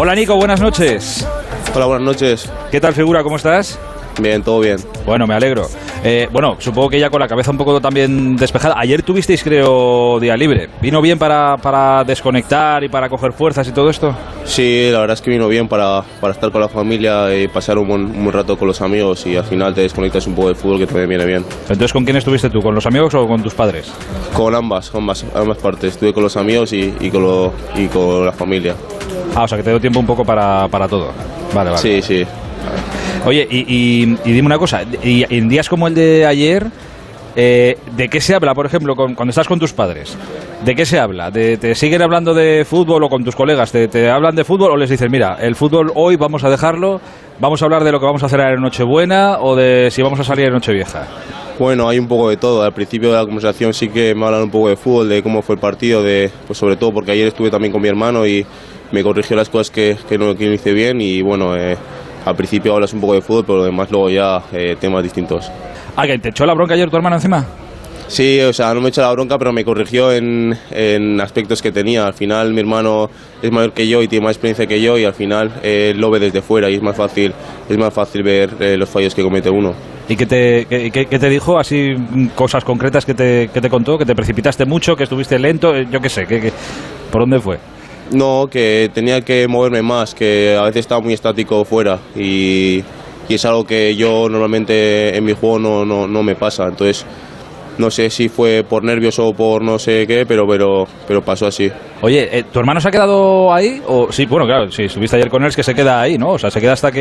Hola Nico, buenas noches. Hola, buenas noches. ¿Qué tal, figura? ¿Cómo estás? Bien, todo bien. Bueno, me alegro. Bueno, supongo que ya con la cabeza un poco también despejada. Ayer tuvisteis, creo, día libre. ¿Vino bien para desconectar y para coger fuerzas y todo esto? Sí, la verdad es que vino bien para estar con la familia y pasar un buen rato con los amigos, y al final te desconectas un poco del fútbol, que también viene bien. Entonces, ¿con quién estuviste tú? ¿Con los amigos o con tus padres? Con ambas partes. Estuve con los amigos y con la familia. Ah, o sea, que te dio tiempo un poco para todo. Vale. Sí, sí. Oye, y dime una cosa, y en días como el de ayer, ¿de qué se habla, por ejemplo, cuando estás con tus padres? ¿De qué se habla? ¿Te siguen hablando de fútbol, o con tus colegas? ¿Te hablan de fútbol o les dicen, mira, el fútbol hoy vamos a dejarlo, vamos a hablar de lo que vamos a hacer en Nochebuena o de si vamos a salir en Nochevieja? Bueno, hay un poco de todo. Al principio de la conversación sí que me hablan un poco de fútbol, de cómo fue el partido, pues sobre todo porque ayer estuve también con mi hermano y me corrigió las cosas que no hice bien, y bueno, al principio hablas un poco de fútbol, pero además luego ya temas distintos. ¿Ah, que te echó la bronca ayer tu hermano encima? Sí, o sea, no me echó la bronca, pero me corrigió en aspectos que tenía. Al final mi hermano es mayor que yo y tiene más experiencia que yo, y al final lo ve desde fuera y es más fácil ver los fallos que comete uno. ¿Y qué te dijo? Así, cosas concretas que te contó, que te precipitaste mucho, que estuviste lento, yo qué sé, ¿por dónde fue? No, que tenía que moverme más, que a veces estaba muy estático fuera, y es algo que yo normalmente en mi juego no me pasa. Entonces no sé si fue por nervios o por no sé qué, pero pasó así. Oye, ¿tu hermano se ha quedado ahí? O sí, bueno, claro, si subiste ayer con él, es que se queda ahí, ¿no? O sea, se queda hasta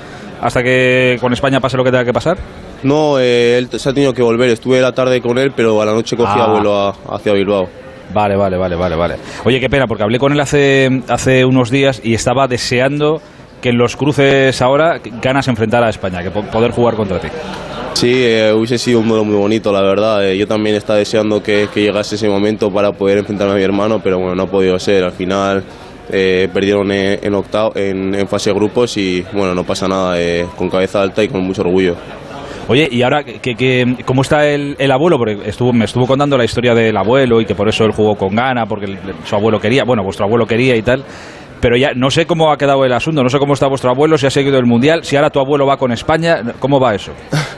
que con España pase lo que tenga que pasar. No, él se ha tenido que volver. Estuve la tarde con él, pero a la noche cogía vuelo hacia Bilbao. Vale. Oye, qué pena, porque hablé con él hace unos días y estaba deseando que en los cruces ahora ganas enfrentar a España, que poder jugar contra ti. Sí, hubiese sido un duelo muy bonito, la verdad. Yo también estaba deseando que llegase ese momento para poder enfrentarme a mi hermano, pero bueno, no ha podido ser. Al final perdieron en fase de grupos, y bueno, no pasa nada, con cabeza alta y con mucho orgullo. Oye, y ahora, ¿cómo está el abuelo? Porque me estuvo contando la historia del abuelo y que por eso él jugó con Ghana, porque su abuelo quería, bueno, vuestro abuelo quería y tal. Pero ya no sé cómo ha quedado el asunto, no sé cómo está vuestro abuelo, si ha seguido el Mundial, si ahora tu abuelo va con España, ¿cómo va eso?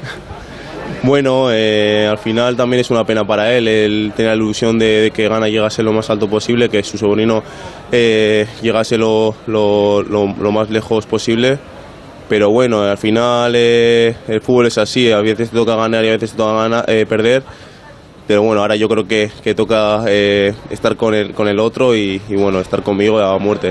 Bueno, al final también es una pena para él. Él tenía la ilusión de que Ghana llegase lo más alto posible, que su sobrino llegase lo más lejos posible. Pero bueno, al final el fútbol es así, a veces te toca ganar y a veces te toca perder. Pero bueno, ahora yo creo que toca estar con el otro y bueno, estar conmigo a muerte.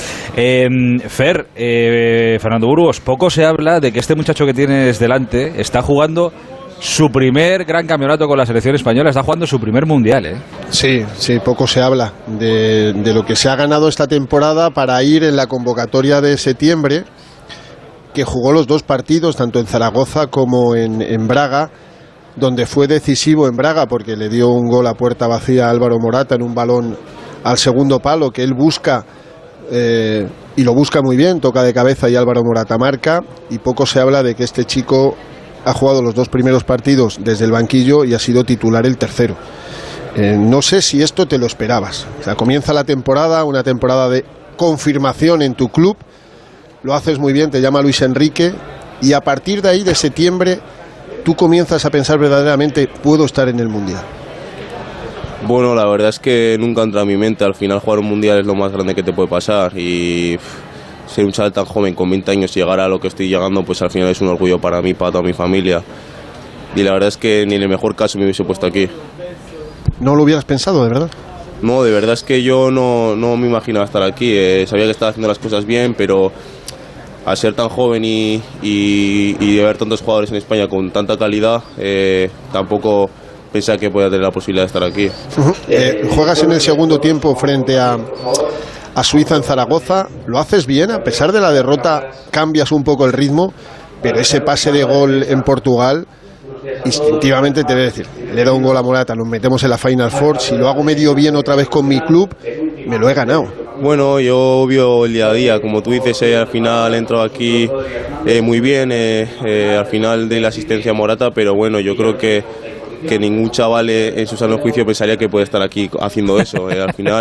Fernando Burgos, poco se habla de que este muchacho que tienes delante está jugando su primer gran campeonato con la selección española, está jugando su primer mundial, ¿eh? Sí, poco se habla de lo que se ha ganado esta temporada para ir en la convocatoria de septiembre, que jugó los dos partidos, tanto en Zaragoza como en Braga, donde fue decisivo en Braga porque le dio un gol a puerta vacía a Álvaro Morata en un balón al segundo palo que él busca, y lo busca muy bien, toca de cabeza y Álvaro Morata marca, y poco se habla de que este chico ha jugado los dos primeros partidos desde el banquillo y ha sido titular el tercero. No sé si esto te lo esperabas. O sea, comienza la temporada, una temporada de confirmación en tu club, lo haces muy bien, te llama Luis Enrique, y a partir de ahí, de septiembre, tú comienzas a pensar verdaderamente, puedo estar en el Mundial. Bueno, la verdad es que nunca entra a mi mente. Al final jugar un Mundial es lo más grande que te puede pasar, y ser un chaval tan joven con 20 años y llegar a lo que estoy llegando, pues al final es un orgullo para mí, para toda mi familia, y la verdad es que ni en el mejor caso me hubiese puesto aquí. ¿No lo hubieras pensado, de verdad? No, de verdad es que yo no me imaginaba estar aquí. Sabía que estaba haciendo las cosas bien, pero al ser tan joven y ver tantos jugadores en España con tanta calidad, tampoco pensaba que podía tener la posibilidad de estar aquí. Juegas en el segundo tiempo frente a Suiza en Zaragoza, lo haces bien, a pesar de la derrota cambias un poco el ritmo, pero ese pase de gol en Portugal, instintivamente te voy a decir, le da un gol a Morata, nos metemos en la Final Four, si lo hago medio bien otra vez con mi club, me lo he ganado. Bueno, yo veo el día a día, como tú dices, al final entro aquí muy bien, al final de la asistencia a Morata, pero bueno, yo creo que ningún chaval en su sano juicio pensaría que puede estar aquí haciendo eso. Al final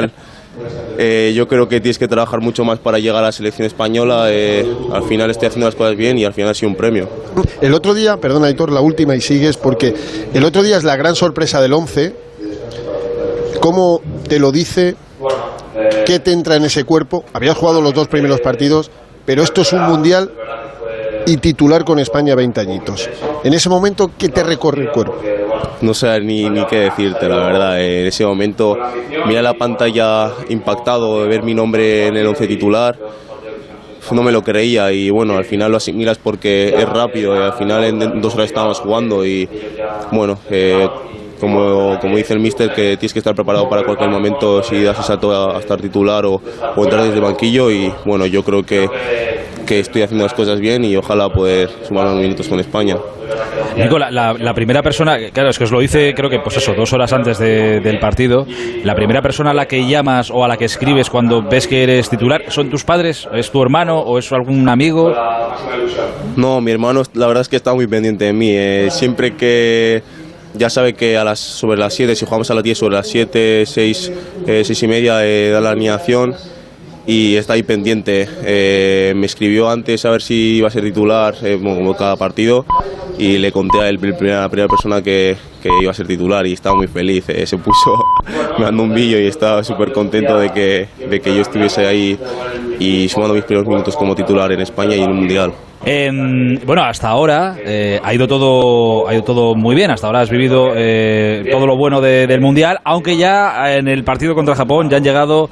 Yo creo que tienes que trabajar mucho más para llegar a la selección española. Al final estoy haciendo las cosas bien y al final ha sido un premio. El otro día, perdona Aitor, la última y sigues, porque el otro día es la gran sorpresa del 11. ¿Cómo te lo dice? ¿Qué te entra en ese cuerpo? Habías jugado los 2 primeros partidos, pero esto es un mundial y titular con España 20 añitos. En ese momento, ¿qué te recorre el cuerpo? No sé ni qué decirte, la verdad. En ese momento, mira la pantalla impactado de ver mi nombre en el 11 titular. No me lo creía y bueno, al final lo asimilas porque es rápido. Al final en 2 horas estábamos jugando y bueno, como dice el míster, que tienes que estar preparado para cualquier momento si das el salto a estar titular o entrar desde el banquillo. Y bueno, yo creo que estoy haciendo las cosas bien y ojalá poder sumar unos minutos con España. Nico, la primera persona, claro, es que os lo dice, creo que pues eso, 2 horas antes del partido, la primera persona a la que llamas o a la que escribes cuando ves que eres titular, ¿son tus padres? ¿Es tu hermano o es algún amigo? No, mi hermano la verdad es que está muy pendiente de mí. Siempre que ya sabe que sobre las 7, si jugamos a las 10, sobre las 7, 6 y media da la alineación y está ahí pendiente. Me escribió antes a ver si iba a ser titular como cada partido y le conté a él, la primera persona que iba a ser titular y estaba muy feliz. Se puso, me mandó un vídeo y estaba súper contento de que yo estuviese ahí y sumando mis primeros minutos como titular en España y en un mundial. Bueno, hasta ahora ha ido todo muy bien. Hasta ahora has vivido todo lo bueno del Mundial, aunque ya en el partido contra Japón ya han llegado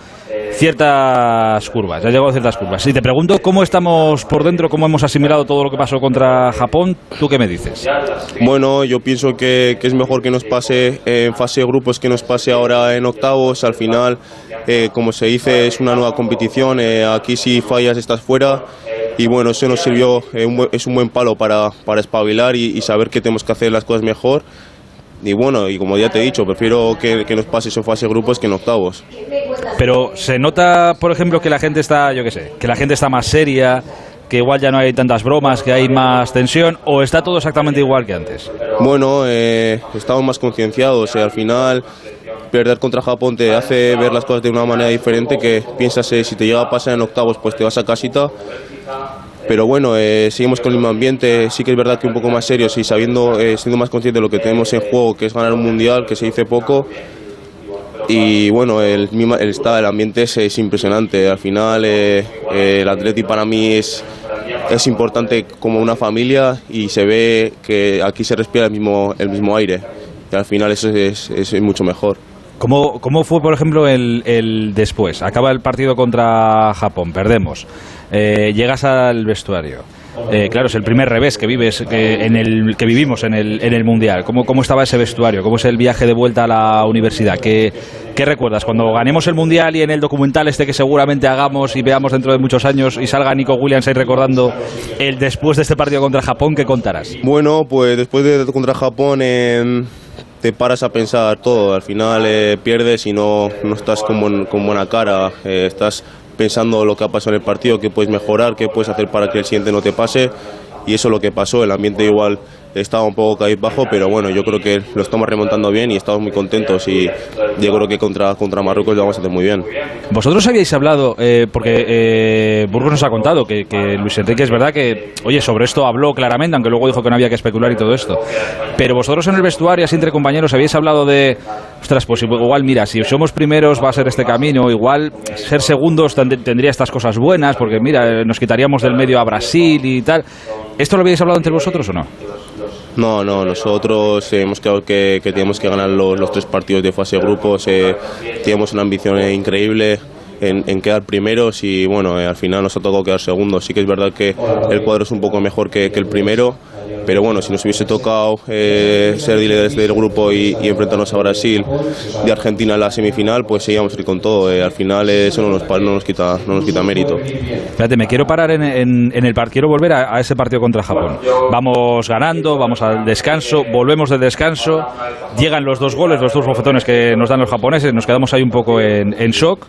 ciertas curvas. Y te pregunto cómo estamos por dentro, cómo hemos asimilado todo lo que pasó contra Japón. ¿Tú qué me dices? Bueno, yo pienso que es mejor que nos pase en fase de grupos que nos pase ahora en octavos. Al final, como se dice, es una nueva competición. Aquí si fallas estás fuera. Y bueno, eso nos sirvió, es un buen palo para espabilar y saber que tenemos que hacer las cosas mejor. Y bueno, y como ya te he dicho, prefiero que nos pase eso en fase de grupos que en octavos. Pero se nota, por ejemplo, que la gente está, yo qué sé, que la gente está más seria, que igual ya no hay tantas bromas, que hay más tensión, ¿o está todo exactamente igual que antes? Bueno, estamos más concienciados. Al final, perder contra Japón te hace ver las cosas de una manera diferente, que piensas, si te llega a pasar en octavos, pues te vas a casita. Pero bueno, seguimos con el mismo ambiente. Sí que es verdad que un poco más serios y siendo más conscientes de lo que tenemos en juego, que es ganar un mundial, que se dice poco. Y bueno, el ambiente es impresionante. Al final, el Atleti para mí es importante como una familia y se ve que aquí se respira el mismo aire. Y al final eso es mucho mejor. ¿Cómo fue, por ejemplo, el después? Acaba el partido contra Japón, perdemos. Llegas al vestuario. Claro, es el primer revés que vivimos en el Mundial. ¿Cómo estaba ese vestuario? ¿Cómo es el viaje de vuelta a la universidad? ¿Qué recuerdas? Cuando ganemos el Mundial y en el documental que seguramente hagamos y veamos dentro de muchos años y salga Nico Williams ahí recordando el después de este partido contra Japón, ¿qué contarás? Bueno, pues después de contra Japón te paras a pensar todo. Al final pierdes y no estás con buena cara. Estás pensando lo que ha pasado en el partido, qué puedes mejorar, qué puedes hacer para que el siguiente no te pase, y eso es lo que pasó. El ambiente igual estaba un poco cabizbajo, pero bueno, yo creo que lo estamos remontando bien y estamos muy contentos y yo creo que contra Marruecos lo vamos a hacer muy bien. Vosotros habíais hablado, porque Burgos nos ha contado que Luis Enrique es verdad que, oye, sobre esto habló claramente, aunque luego dijo que no había que especular y todo esto, pero vosotros en el vestuario, así entre compañeros, habíais hablado de, ostras, pues igual mira, si somos primeros va a ser este camino, igual ser segundos tendría estas cosas buenas, porque mira, nos quitaríamos del medio a Brasil y tal. ¿Esto lo habíais hablado entre vosotros o no? No, nosotros hemos quedado que tenemos que ganar los 3 partidos de fase de grupos. Tenemos una ambición increíble en quedar primeros y bueno, al final nos ha tocado quedar segundos. Sí que es verdad que el cuadro es un poco mejor que el primero, pero bueno, si nos hubiese tocado ser líderes del grupo y enfrentarnos a Brasil y Argentina en la semifinal, pues seguíamos a ir con todo. Al final eso no nos quita mérito. Espérate, me quiero parar quiero volver a ese partido contra Japón. Vamos ganando, vamos al descanso, volvemos del descanso, llegan los 2 goles, los 2 bofetones que nos dan los japoneses, nos quedamos ahí un poco en shock.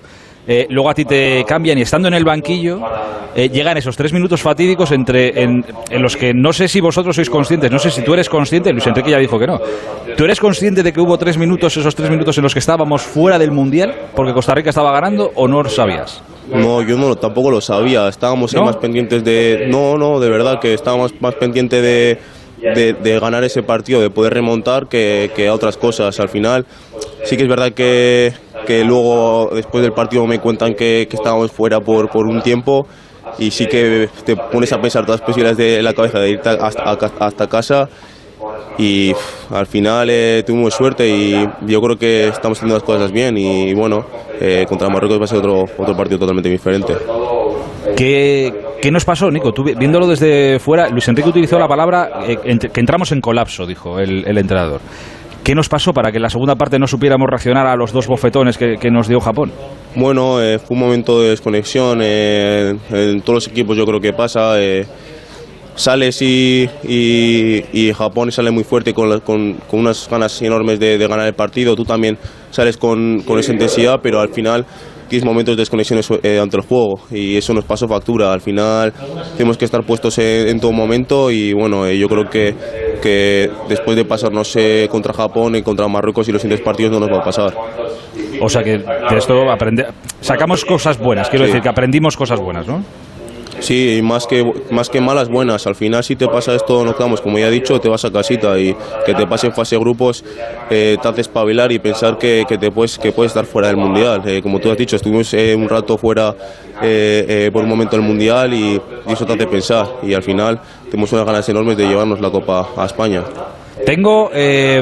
luego a ti te cambian y estando en el banquillo llegan esos 3 minutos fatídicos en los que no sé si vosotros sois conscientes, no sé si tú eres consciente, Luis Enrique ya dijo que no. ¿Tú eres consciente de que hubo 3 minutos, esos 3 minutos en los que estábamos fuera del Mundial porque Costa Rica estaba ganando, o no lo sabías? No, yo no, tampoco lo sabía. Estábamos ahí más pendientes de... No, de verdad que estábamos más pendientes de ganar ese partido, de poder remontar que a otras cosas. Al final sí que es verdad que luego después del partido me cuentan que estábamos fuera por un tiempo, y sí que te pones a pensar todas las posibilidades de la cabeza de irte hasta casa, y al final tuvimos suerte y yo creo que estamos haciendo las cosas bien, y bueno, contra Marruecos va a ser otro partido totalmente diferente. ¿Qué nos pasó, Nico? Tú, viéndolo desde fuera, Luis Enrique utilizó la palabra que entramos en colapso, dijo el entrenador. ¿Qué nos pasó para que en la segunda parte no supiéramos reaccionar a los 2 bofetones que nos dio Japón? Bueno, fue un momento de desconexión. En todos los equipos yo creo que pasa. Sales y Japón sale muy fuerte con unas ganas enormes de ganar el partido. Tú también sales con esa intensidad, pero al final tienes momentos de desconexión ante el juego, y eso nos pasó factura. Al final tenemos que estar puestos en todo momento, y bueno, yo creo que después de pasarnos contra Japón y contra Marruecos y los siguientes partidos no nos va a pasar. O sea que de esto sacamos cosas buenas, quiero decir que aprendimos cosas buenas, ¿no? Sí, más que malas, buenas. Al final, si te pasa esto, nos quedamos, como ya he dicho, te vas a casita, y que te pase en fase de grupos te hace espabilar y pensar que puedes estar fuera del Mundial. Como tú has dicho, estuvimos un rato fuera por un momento del Mundial, y eso te hace pensar, y al final tenemos unas ganas enormes de llevarnos la Copa a España. Tenemos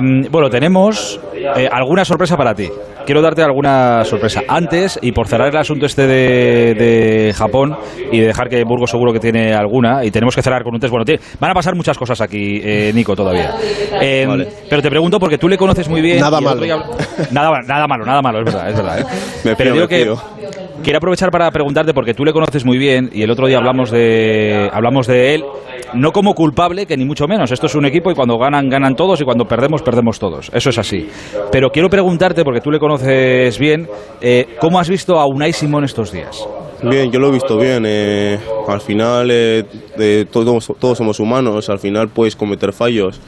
alguna sorpresa para ti. Quiero darte alguna sorpresa. Antes, y por cerrar el asunto este de Japón, y dejar que Burgos seguro que tiene alguna, y tenemos que cerrar con un test. Bueno, van a pasar muchas cosas aquí, Nico, todavía. Vale. Pero te pregunto porque tú le conoces muy bien. Nada malo. Nada malo, es verdad. Pero digo que quiero aprovechar para preguntarte, porque tú le conoces muy bien, y el otro día hablamos de él, no como culpable, que ni mucho menos. Esto es un equipo, y cuando ganan todos, y cuando perdemos todos. Eso es así. Pero quiero preguntarte, porque tú le conoces bien, ¿cómo has visto a Unai Simón estos días? Bien, yo lo he visto bien. Al final todos somos humanos, al final puedes cometer fallos.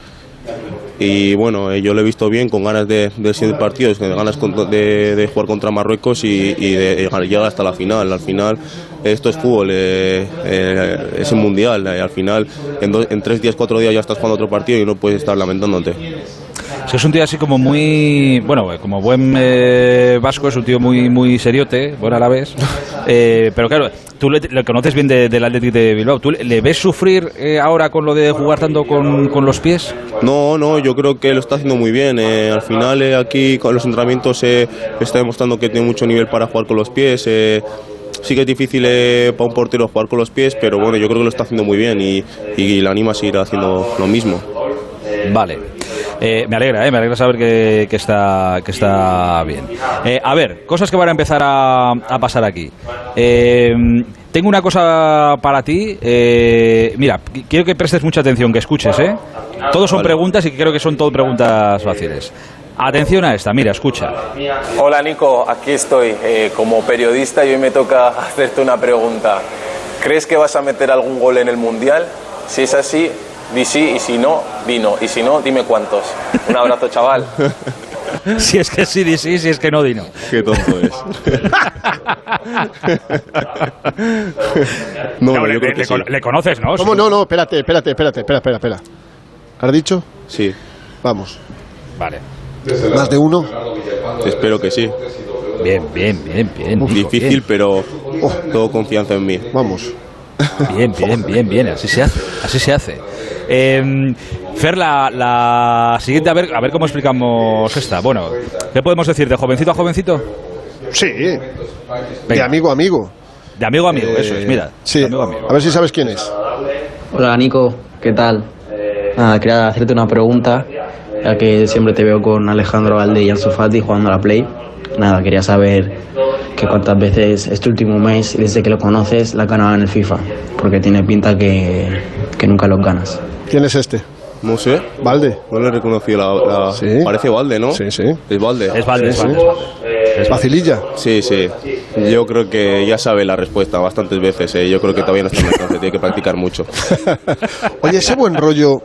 Y bueno, yo lo he visto bien, con ganas de seguir partidos, con ganas de jugar contra Marruecos y de llegar hasta la final. Al final esto es fútbol, es un mundial. Al final en 3 días, 4 días ya estás jugando otro partido y no puedes estar lamentándote. Es que es un tío así como muy... Bueno, como buen vasco, es un tío muy seriote, buen alavés. Pero claro, tú le conoces bien del Athletic de Bilbao. ¿Tú le ves sufrir ahora con lo de jugar tanto con los pies? No, yo creo que lo está haciendo muy bien. Al final aquí con los entrenamientos está demostrando que tiene mucho nivel para jugar con los pies. Sí que es difícil para un portero jugar con los pies, pero bueno, yo creo que lo está haciendo muy bien, y le anima a seguir haciendo lo mismo. Vale. Me alegra saber que está bien. A ver, cosas que van a empezar a pasar aquí. Tengo una cosa para ti. Mira, quiero que prestes mucha atención, que escuches, Todos son preguntas, y creo que son todo preguntas fáciles. Atención a esta, mira, escucha. Hola Nico, aquí estoy como periodista, y hoy me toca hacerte una pregunta. ¿Crees que vas a meter algún gol en el Mundial? Si es así, di sí, y si no, di no. Y si no, dime cuántos. Un abrazo, chaval. Si es que sí, di sí, si es que no, di no. Qué tonto es. Le conoces, ¿no? ¿Cómo? No, espérate. ¿Has dicho? Sí. Vamos. Vale. ¿Más de uno? Espero que sí. Bien. Difícil, bien. pero todo confianza en mí. Vamos. Bien, así se hace. Fer, la siguiente, a ver cómo explicamos esta. Bueno, ¿qué podemos decir? ¿De jovencito a jovencito? Sí. Venga. De amigo a amigo. De amigo a amigo, eso es, mira. Sí, amigo. A ver si sabes quién es. Hola Nico, ¿qué tal? Nada, quería hacerte una pregunta, ya que siempre te veo con Alejandro Valde y Ansu Fati jugando a la Play. Nada, quería saber que cuántas veces este último mes, desde que lo conoces, la has ganado en el FIFA, porque tiene pinta que nunca los ganas. ¿Quién es este? No sé. Valde. No le he reconocido la... Sí. Parece Valde, ¿no? Sí. Es Valde. Es Valde. ¿Vacililla? Sí, sí. Yo creo que ya sabe la respuesta bastantes veces. Yo creo que todavía no está en el entonces, tiene que practicar mucho. Oye, ese buen rollo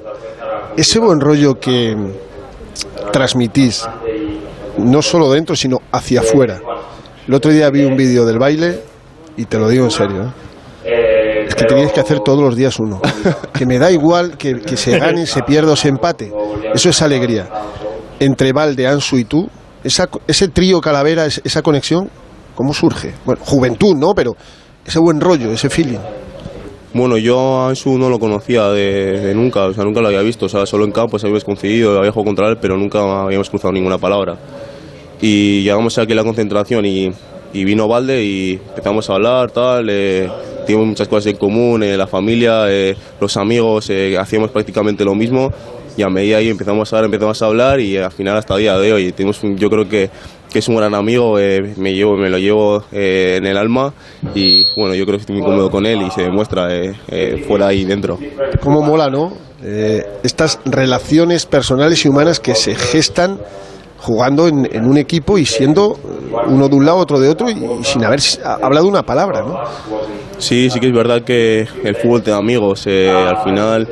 que transmitís, no solo dentro, sino hacia afuera. El otro día vi un vídeo del baile, y te lo digo en serio, es que teníais que hacer todos los días uno. Que me da igual que se gane, se pierda o se empate. Eso es alegría. Entre Valde, Ansu y tú, ese trío Calavera, esa conexión, ¿cómo surge? Bueno, juventud, ¿no? Pero ese buen rollo, ese feeling. Bueno, yo a Ansu no lo conocía de nunca, o sea, nunca lo había visto, o sea, solo en campo habíamos coincidido, había jugado contra él, pero nunca habíamos cruzado ninguna palabra. Y llegamos aquí a la concentración y vino Valde y empezamos a hablar, tal, teníamos muchas cosas en común, la familia, los amigos, hacíamos prácticamente lo mismo, y a medida ahí empezamos a hablar y al final hasta el día de hoy yo creo que es un gran amigo, me lo llevo en el alma, y bueno, yo creo que estoy muy cómodo con él y se demuestra fuera y dentro. Cómo mola, ¿no? Estas relaciones personales y humanas que se gestan jugando en un equipo y siendo uno de un lado, otro de otro, y sin haber hablado una palabra, ¿no? Sí, sí que es verdad que el fútbol te da amigos, al final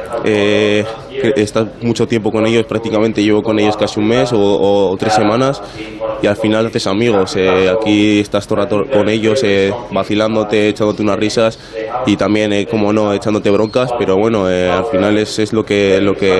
estás mucho tiempo con ellos, prácticamente llevo con ellos casi un mes o 3 semanas, y al final haces amigos, aquí estás todo el rato con ellos, vacilándote, echándote unas risas, y también, como no, echándote broncas, pero bueno, al final es lo que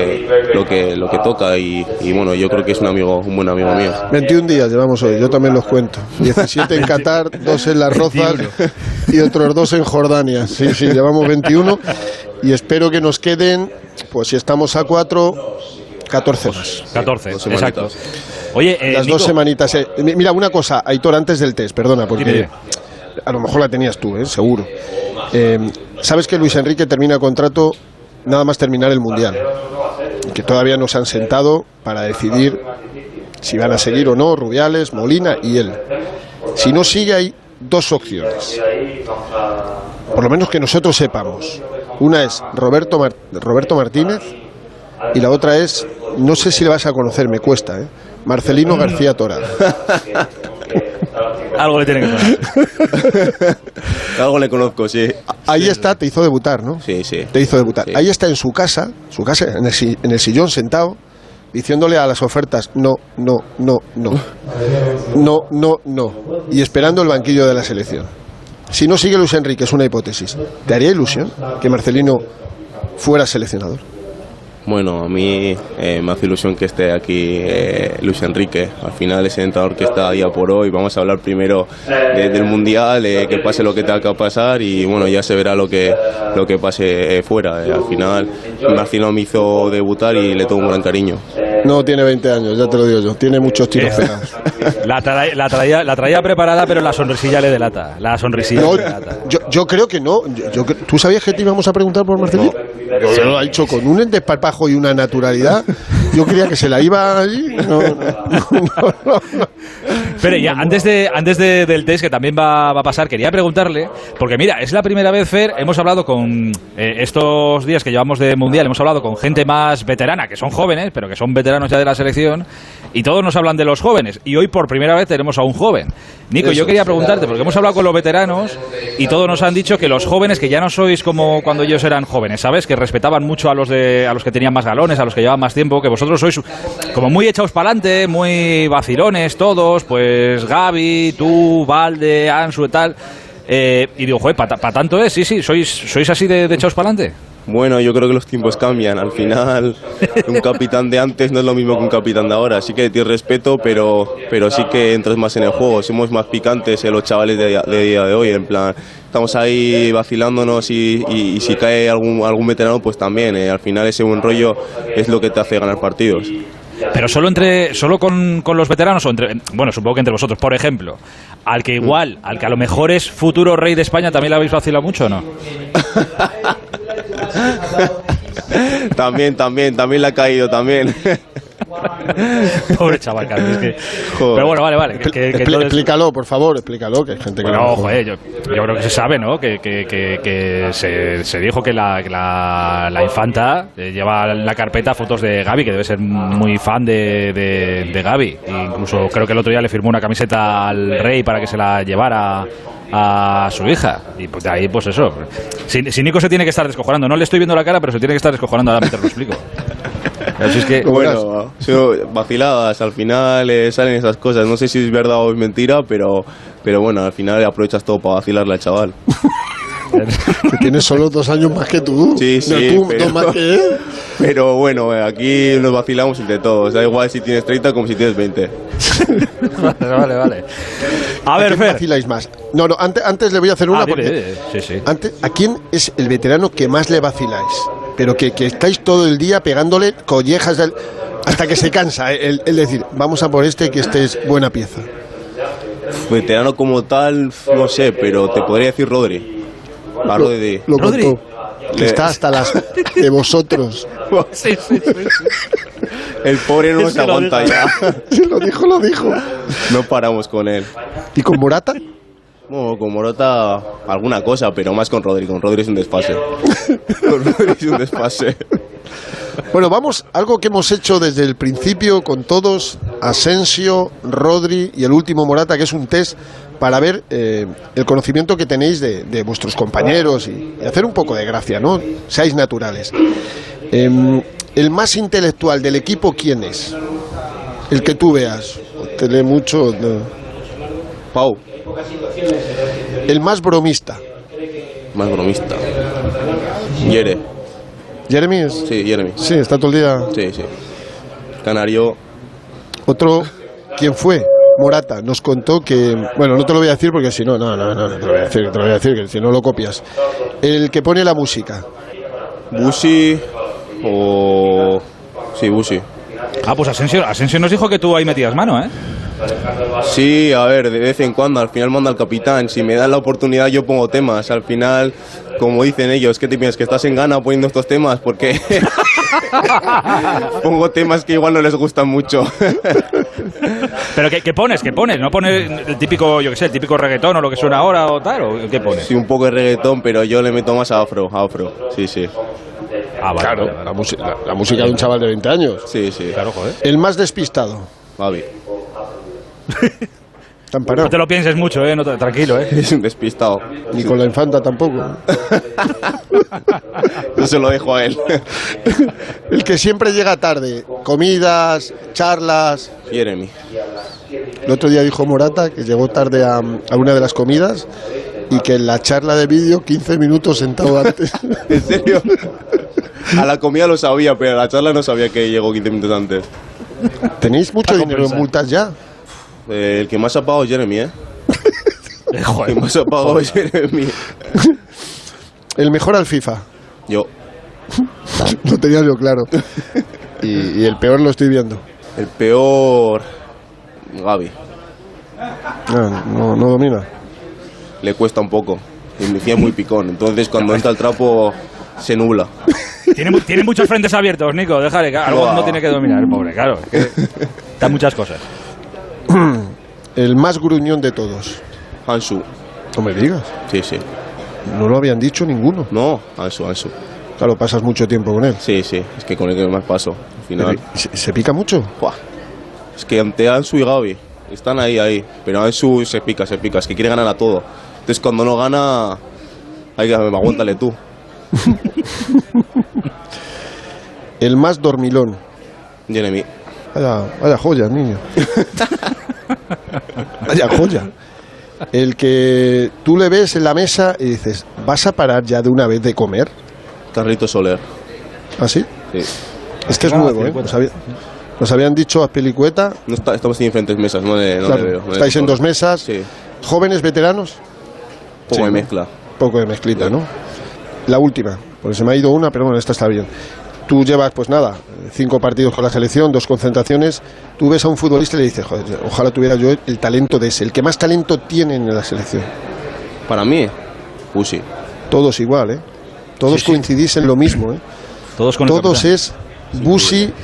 toca, y bueno, yo creo que es un buen amigo mío. 21 días llevamos hoy, yo también los cuento. 17 en Qatar, 2 en Las Rozas y otros 2 en Jordania. Sí, llevamos 21 y espero que nos queden, pues si estamos a 4, 14 más. 14, exacto. Oye, las Nico, 2 semanitas. Mira, una cosa, Aitor, antes del test, perdona, porque dime. A lo mejor la tenías tú, seguro. ¿Sabes que Luis Enrique termina contrato nada más terminar el Mundial? Que todavía no se han sentado para decidir si van a seguir o no Rubiales, Molina y él. Si no sigue, hay 2 opciones, por lo menos que nosotros sepamos. Una es Roberto Martínez y la otra es, no sé si le vas a conocer, me cuesta, Marcelino García Toral. Algo le tiene que sonar. Algo le conozco, sí. Ahí está, te hizo debutar, ¿no? Sí. Te hizo debutar. Sí. Ahí está en su casa, en el sillón sentado, diciéndole a las ofertas no, y esperando el banquillo de la selección. Si no sigue Luis Enrique, es una hipótesis, ¿te haría ilusión que Marcelino fuera seleccionador? Bueno, a mí me hace ilusión que esté aquí Luis Enrique. Al final es el entrenador que está día por hoy. Vamos a hablar primero del Mundial, que pase lo que tenga que pasar, y bueno, ya se verá lo que pase fuera. Al final Marcelino me hizo debutar y le tengo un gran cariño. No tiene 20 años, ya te lo digo yo. Tiene muchos tiros pegados. La traía preparada, pero la sonrisilla le delata. No, yo creo que no. ¿Tú sabías que te íbamos a preguntar por Marcelino? Yo lo ha hecho con un desparpajo y una naturalidad. Yo creía que se la iba allí. No. Pero ya, antes del test, que también va a pasar, quería preguntarle, porque mira, es la primera vez, Fer, hemos hablado con estos días que llevamos de Mundial, hemos hablado con gente más veterana, que son jóvenes, pero que son veteranos ya de la selección, y todos nos hablan de los jóvenes, y hoy por primera vez tenemos a un joven. Nico, yo quería preguntarte, porque hemos hablado con los veteranos, y todos nos han dicho que los jóvenes, que ya no sois como cuando ellos eran jóvenes, ¿sabes? Que respetaban mucho a los que tenían más galones, a los que llevaban más tiempo, que vosotros sois como muy echados para adelante, muy vacilones todos, pues Gaby, tú, Valde, Ansu y tal. Y digo, joder, ¿para tanto es? Sí, ¿sois así de echados para adelante? Bueno, yo creo que los tiempos cambian. Al final, un capitán de antes no es lo mismo que un capitán de ahora. Sí que tienes respeto, pero sí que entras más en el juego. Somos más picantes los chavales de día de hoy. En plan, estamos ahí vacilándonos y si cae algún veterano, pues también. Al final ese buen rollo es lo que te hace ganar partidos. Pero solo con los veteranos, o bueno, supongo que entre vosotros, por ejemplo, al que a lo mejor es futuro rey de España, ¿también le habéis vacilado mucho o no? También le ha caído, también. Pobre chaval, claro, es que... Joder. Pero bueno, vale. Que entonces... Explícalo, por favor, explícalo, que hay gente que Bueno, no... joder, yo creo que se sabe, ¿no? Que se dijo que la infanta lleva en la carpeta fotos de Gavi, que debe ser muy fan de Gavi. E incluso creo que el otro día le firmó una camiseta al rey para que se la llevara a su hija. Y pues de ahí, pues eso. Si Nico se tiene que estar descojonando, no le estoy viendo la cara, pero se tiene que estar descojonando, ahora mientras lo explico. Así es que... Bueno, vaciladas, al final salen esas cosas. No sé si es verdad o es mentira, pero bueno, al final aprovechas todo para vacilarle al chaval. Que tienes solo 2 años más que tú. Sí, No, tú, pero, 2 más que él. Pero bueno, aquí nos vacilamos entre todos. Da igual si tienes 30 como si tienes 20. Vale. A ver, quién Fer. vaciláis más? No, antes le voy a hacer una porque... Sí. ¿A quién es el veterano que más le vaciláis? Pero que estáis todo el día pegándole collejas hasta que se cansa. El decir, vamos a por este, que este es buena pieza. Veterano como tal, no sé, pero te podría decir Rodri. A Rodri. Lo Rodri. contó. Que está hasta las de vosotros. Sí. El pobre no se aguanta ya. Sí, lo dijo. No paramos con él. ¿Y con Morata? Bueno, con Morata alguna cosa, pero más con Rodri. Con Rodri es un desfase. Bueno, vamos, algo que hemos hecho desde el principio con todos, Asensio, Rodri y el último Morata, que es un test para ver el conocimiento que tenéis de vuestros compañeros y hacer un poco de gracia, ¿no? Seáis naturales. El más intelectual del equipo, ¿quién es? El que tú veas. ¿Te lee mucho? No. Pau. El más bromista. Más bromista. ¿Jeremy es? Sí, Jeremy. Sí, está todo el día. Sí. Canario. Otro, ¿quién fue? Morata nos contó que, bueno, no te lo voy a decir porque si no te lo voy a decir, que si no lo copias. El que pone la música. Busi o... Sí, Busi. Pues Asensio nos dijo que tú ahí metías mano, ¿eh? Sí, a ver, de vez en cuando, al final manda el capitán. Si me dan la oportunidad yo pongo temas. Al final, como dicen ellos, ¿qué te piensas? ¿Que estás en gana poniendo estos temas? Porque pongo temas que igual no les gustan mucho. ¿Pero qué pones? ¿No pones el típico, yo qué sé, el típico reggaetón o lo que suena ahora o tal? ¿O qué pones? Sí, un poco de reggaetón, pero yo le meto más a afro. Sí. Vale. Claro, la música de un chaval de 20 años. Sí. Claro, joder. El más despistado. Gavi. Tan parado. No te lo pienses mucho, ¿eh? Tranquilo, ¿eh? Es un despistado. Ni con la infanta tampoco. Yo se lo dejo a él. El que siempre llega tarde. Comidas, charlas. Jeremy. El otro día dijo Morata que llegó tarde a una de las comidas y que en la charla de vídeo 15 minutos sentado antes. ¿En serio? A la comida lo sabía, pero a la charla no sabía que llegó 15 minutos antes. ¿Tenéis mucho dinero en multas ya? El que más ha pagado es Jeremy, ¿eh? Joder. El que más ha pagado es Jeremy. El mejor al FIFA. Yo. Lo tenía yo claro. Y el peor lo estoy viendo. El peor... Gavi. No domina. Le cuesta un poco. Inicia muy picón. Entonces cuando entra el trapo se nubla. Tiene muchos frentes abiertos, Nico. Déjale, que algo no tiene que dominar el pobre, claro. Que da muchas cosas. El más gruñón de todos. Ansu. No me digas. Sí. No lo habían dicho ninguno. No, Ansu. Claro, pasas mucho tiempo con él. Sí. Es que con el que más paso. Al final... ¿Se pica mucho? ¡Buah! Es que ante Ansu y Gavi están ahí. Pero Ansu se pica. Es que quiere ganar a todo. Entonces cuando no gana... aguántale tú. El más dormilón. Jeremy. Vaya joya, niño. Vaya joya. El que tú le ves en la mesa y dices, ¿vas a parar ya de una vez de comer? Carlito Soler. ¿Ah, sí? Sí. Este es nuevo, ¿eh? Nos habían dicho a Pelicueta. No estamos en diferentes mesas, no le veo. Estáis en 2 mesas. Sí. ¿Jóvenes, veteranos? Poco Sí, de mezcla. Poco de mezclita, ¿no? La última, porque se me ha ido una, pero bueno, esta está bien. Tú llevas, pues nada, 5 partidos con la selección, 2 concentraciones. Tú ves a un futbolista y le dices, joder, ojalá tuviera yo el talento de ese, el que más talento tiene en la selección. Para mí, Busi. Todos igual, ¿eh? Todos Sí. coincidís en lo mismo, ¿eh? Todos con Todos el es Busi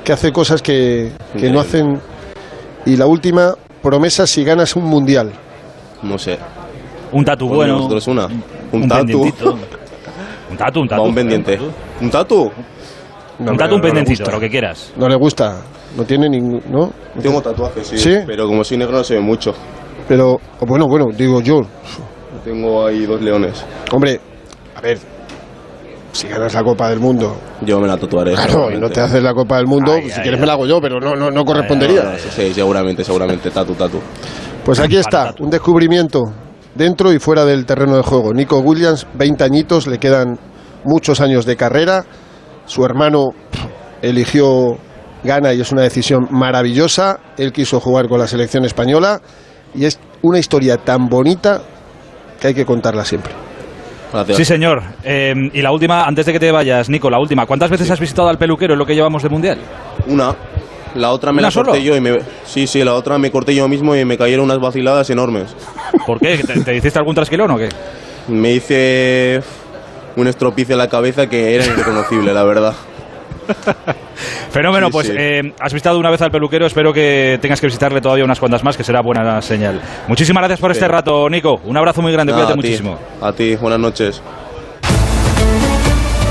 que hace cosas que no hacen. Y la última promesa, si ganas un mundial. No sé. Un tatu Pues bueno. nosotros un tatu. pendientito. Un tatu. Va, un pendiente. ¿Un tatu? Un tatu, un pendientito, lo que quieras. No le gusta. No tiene ningún. ¿No? Tengo tatuajes, sí. ¿Sí? Pero como soy negro no se ve mucho. Pero, bueno, digo yo. Tengo ahí 2 leones. Hombre, a ver. Si ganas la Copa del Mundo. Yo me la tatuaré. Claro, y no te haces la Copa del Mundo. Si quieres me la hago yo, pero no correspondería. Sí, seguramente. Tatu. Pues aquí está, un descubrimiento dentro y fuera del terreno de juego. Nico Williams, 20 añitos, le quedan muchos años de carrera. Su hermano eligió Ghana y es una decisión maravillosa. Él quiso jugar con la selección española y es una historia tan bonita que hay que contarla siempre. Gracias. Sí, señor. Y la última, antes de que te vayas, Nico, la última. ¿Cuántas veces has visitado al peluquero en lo que llevamos de Mundial? Una. La otra me la corté yo y Sí, la otra me corté yo mismo y me cayeron unas vaciladas enormes. ¿Por qué? ¿Te hiciste algún trasquilón o qué? Me hice un estropicio en la cabeza que era irreconocible, la verdad. Fenómeno, Sí, pues sí. has visitado una vez al peluquero, espero que tengas que visitarle todavía unas cuantas más, que será buena señal. Muchísimas gracias por este rato, Nico. Un abrazo muy grande, cuídate muchísimo. A ti, buenas noches.